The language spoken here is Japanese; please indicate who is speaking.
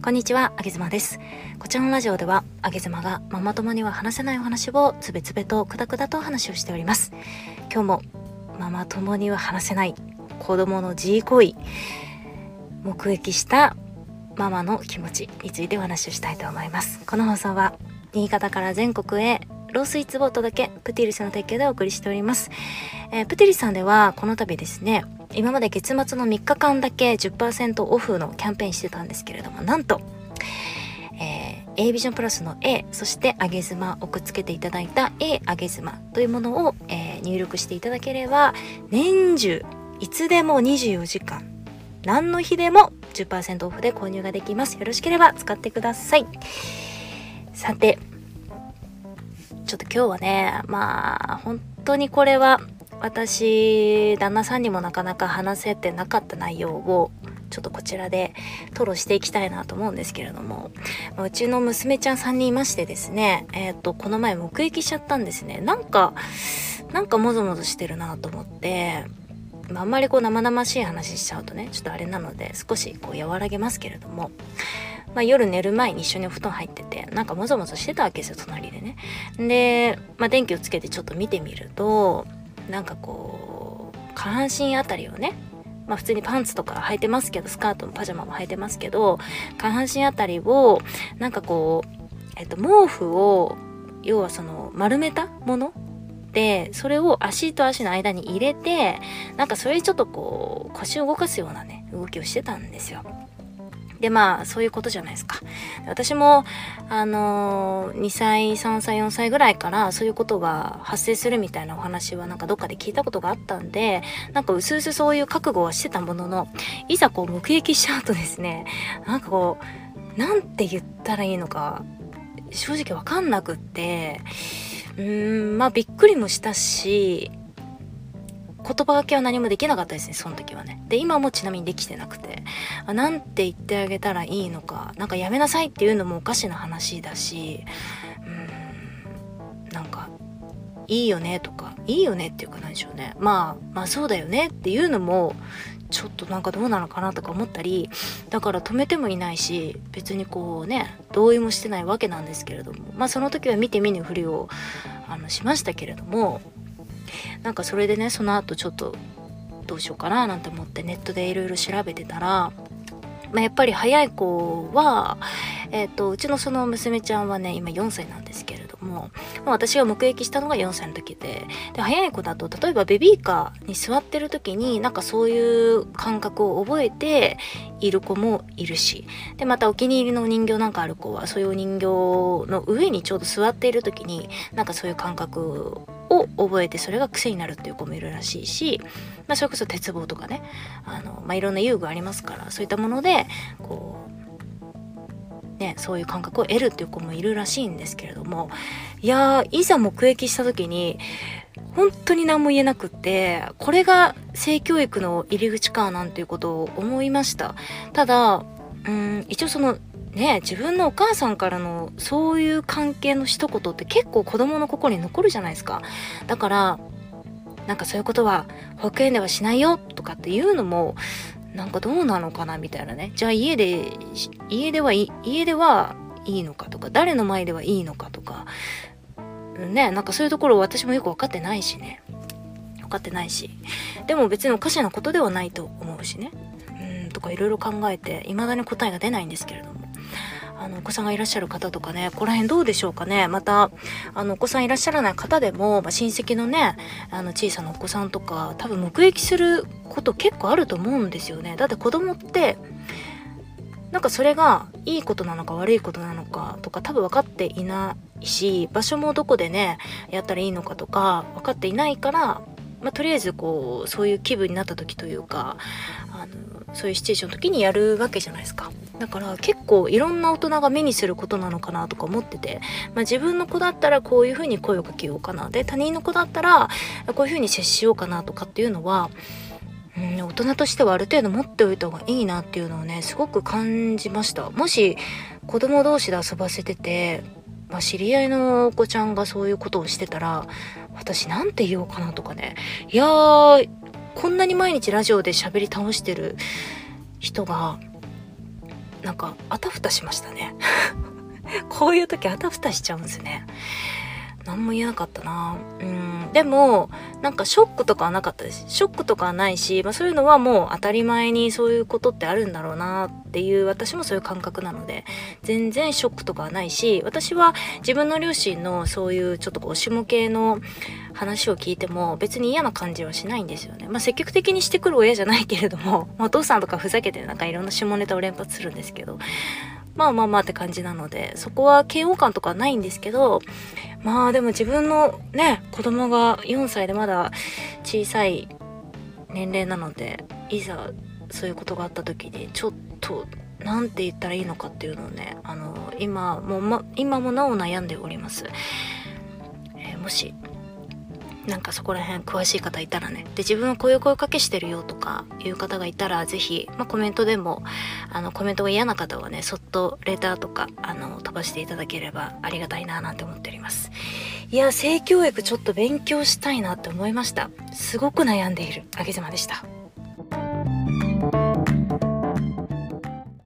Speaker 1: こんにちは、あげずまです。こちらのラジオでは、あげずまがママ友には話せないお話をつべつべとくだくだと話をしております。今日もママ友には話せない子供の自慰行為、目撃したママの気持ちについてお話をしたいと思います。この放送は新潟から全国へロースイーツをお届け、プティリスの提供でお送りしております。プティリスさんではこの度ですね、今まで月末の3日間だけ 10% オフのキャンペーンしてたんですけれども、なんと、A ビジョンプラスの A、 そしてあげずまをくっつけていただいた A あげずまというものを、入力していただければ、年中いつでも24時間何の日でも 10% オフで購入ができます。よろしければ使ってください。さて、ちょっと今日はね、本当にこれは私旦那さんにもなかなか話せてなかった内容をちょっとこちらで吐露していきたいなと思うんですけれども、うちの娘ちゃん3人いましてですね、この前目撃しちゃったんですね。なんかもぞもぞしてるなと思って、あんまりこう生々しい話しちゃうとねちょっとあれなので少しこう和らげますけれども、夜寝る前に一緒にお布団入ってて、なんかもぞもぞしてたわけですよ、隣でね。で、電気をつけてちょっと見てみると、なんかこう下半身あたりをね、普通にパンツとか履いてますけど、スカートもパジャマも履いてますけど、下半身あたりをなんかこう、毛布を要はその丸めたもので、それを足と足の間に入れて、なんかそれちょっとこう腰を動かすようなね動きをしてたんですよ。でそういうことじゃないですか。私も2歳3歳4歳ぐらいからそういうことが発生するみたいなお話はなんかどっかで聞いたことがあったんで、なんかうすうすそういう覚悟はしてたものの、いざこう目撃しちゃうとですね、なんかこうなんて言ったらいいのか正直わかんなくって、びっくりもしたし、言葉がけは何もできなかったですね、その時はね。で、今もちなみにできてなくて、なんて言ってあげたらいいのか、なんかやめなさいっていうのもおかしな話だし、なんかいいよねとか、いいよねっていうか何でしょうね、そうだよねっていうのもちょっとなんかどうなのかなとか思ったり、だから止めてもいないし、別にこうね同意もしてないわけなんですけれども、その時は見て見ぬふりをしましたけれども、なんかそれでね、その後ちょっとどうしようかななんて思ってネットでいろいろ調べてたら、やっぱり早い子は、うちのその娘ちゃんはね今4歳なんですけれども、私が目撃したのが4歳の時で、早い子だと例えばベビーカーに座ってる時になんかそういう感覚を覚えている子もいるし、でまたお気に入りのお人形なんかある子はそういうお人形の上にちょうど座っている時になんかそういう感覚を覚えて、それが癖になるっていう子もいるらしいし、それこそ鉄棒とかね、いろんな遊具ありますから、そういったものでこうねそういう感覚を得るっていう子もいるらしいんですけれども、いざ目撃した時に本当に何も言えなくって、これが性教育の入り口かなんていうことを思いました。ただ一応その自分のお母さんからのそういう関係の一言って結構子供の心に残るじゃないですか。だからなんかそういうことは保育園ではしないよとかっていうのもなんかどうなのかなみたいなね。じゃあ家ではいいのかとか、誰の前ではいいのかとかね、なんかそういうところ私もよく分かってないし、でも別におかしなことではないと思うしね、とかいろいろ考えて未だに答えが出ないんですけれども、お子さんがいらっしゃる方とかね、ここら辺どうでしょうかね。またお子さんいらっしゃらない方でも、親戚のね小さなお子さんとか多分目撃すること結構あると思うんですよね。だって子供ってなんかそれがいいことなのか悪いことなのかとか多分分かっていないし、場所もどこでねやったらいいのかとか分かっていないから、とりあえずこうそういう気分になった時というかそういうシチュエーションの時にやるわけじゃないですか。だから結構いろんな大人が目にすることなのかなとか思ってて、自分の子だったらこういう風に声をかけようかな、で他人の子だったらこういう風に接しようかなとかっていうのは、大人としてはある程度持っておいた方がいいなっていうのをねすごく感じました。もし子供同士で遊ばせてて、知り合いのお子ちゃんがそういうことをしてたら私なんて言おうかなとかね。こんなに毎日ラジオで喋り倒してる人がなんかあたふたしましたねこういう時あたふたしちゃうんですね。何も言えなかったな。でもなんかショックとかはなかったです。ショックとかはないし、そういうのはもう当たり前にそういうことってあるんだろうなっていう、私もそういう感覚なので全然ショックとかはないし、私は自分の両親のそういうちょっとこう下系の話を聞いても別に嫌な感じはしないんですよね。積極的にしてくる親じゃないけれども、お父さんとかふざけてなんかいろんな下ネタを連発するんですけど、まあって感じなので、そこは嫌悪感とかはないんですけど、でも自分のね、子供が4歳でまだ小さい年齢なので、いざそういうことがあった時にちょっとなんて言ったらいいのかっていうのをね、今もなお悩んでおります。もしなんかそこら辺詳しい方いたらね、で自分はこういう声かけしてるよとかいう方がいたら、ぜひ、コメントでもコメントが嫌な方はね、そっとレターとか飛ばしていただければありがたいななんて思っております。いや、性教育ちょっと勉強したいなって思いました。すごく悩んでいるあげずまでした。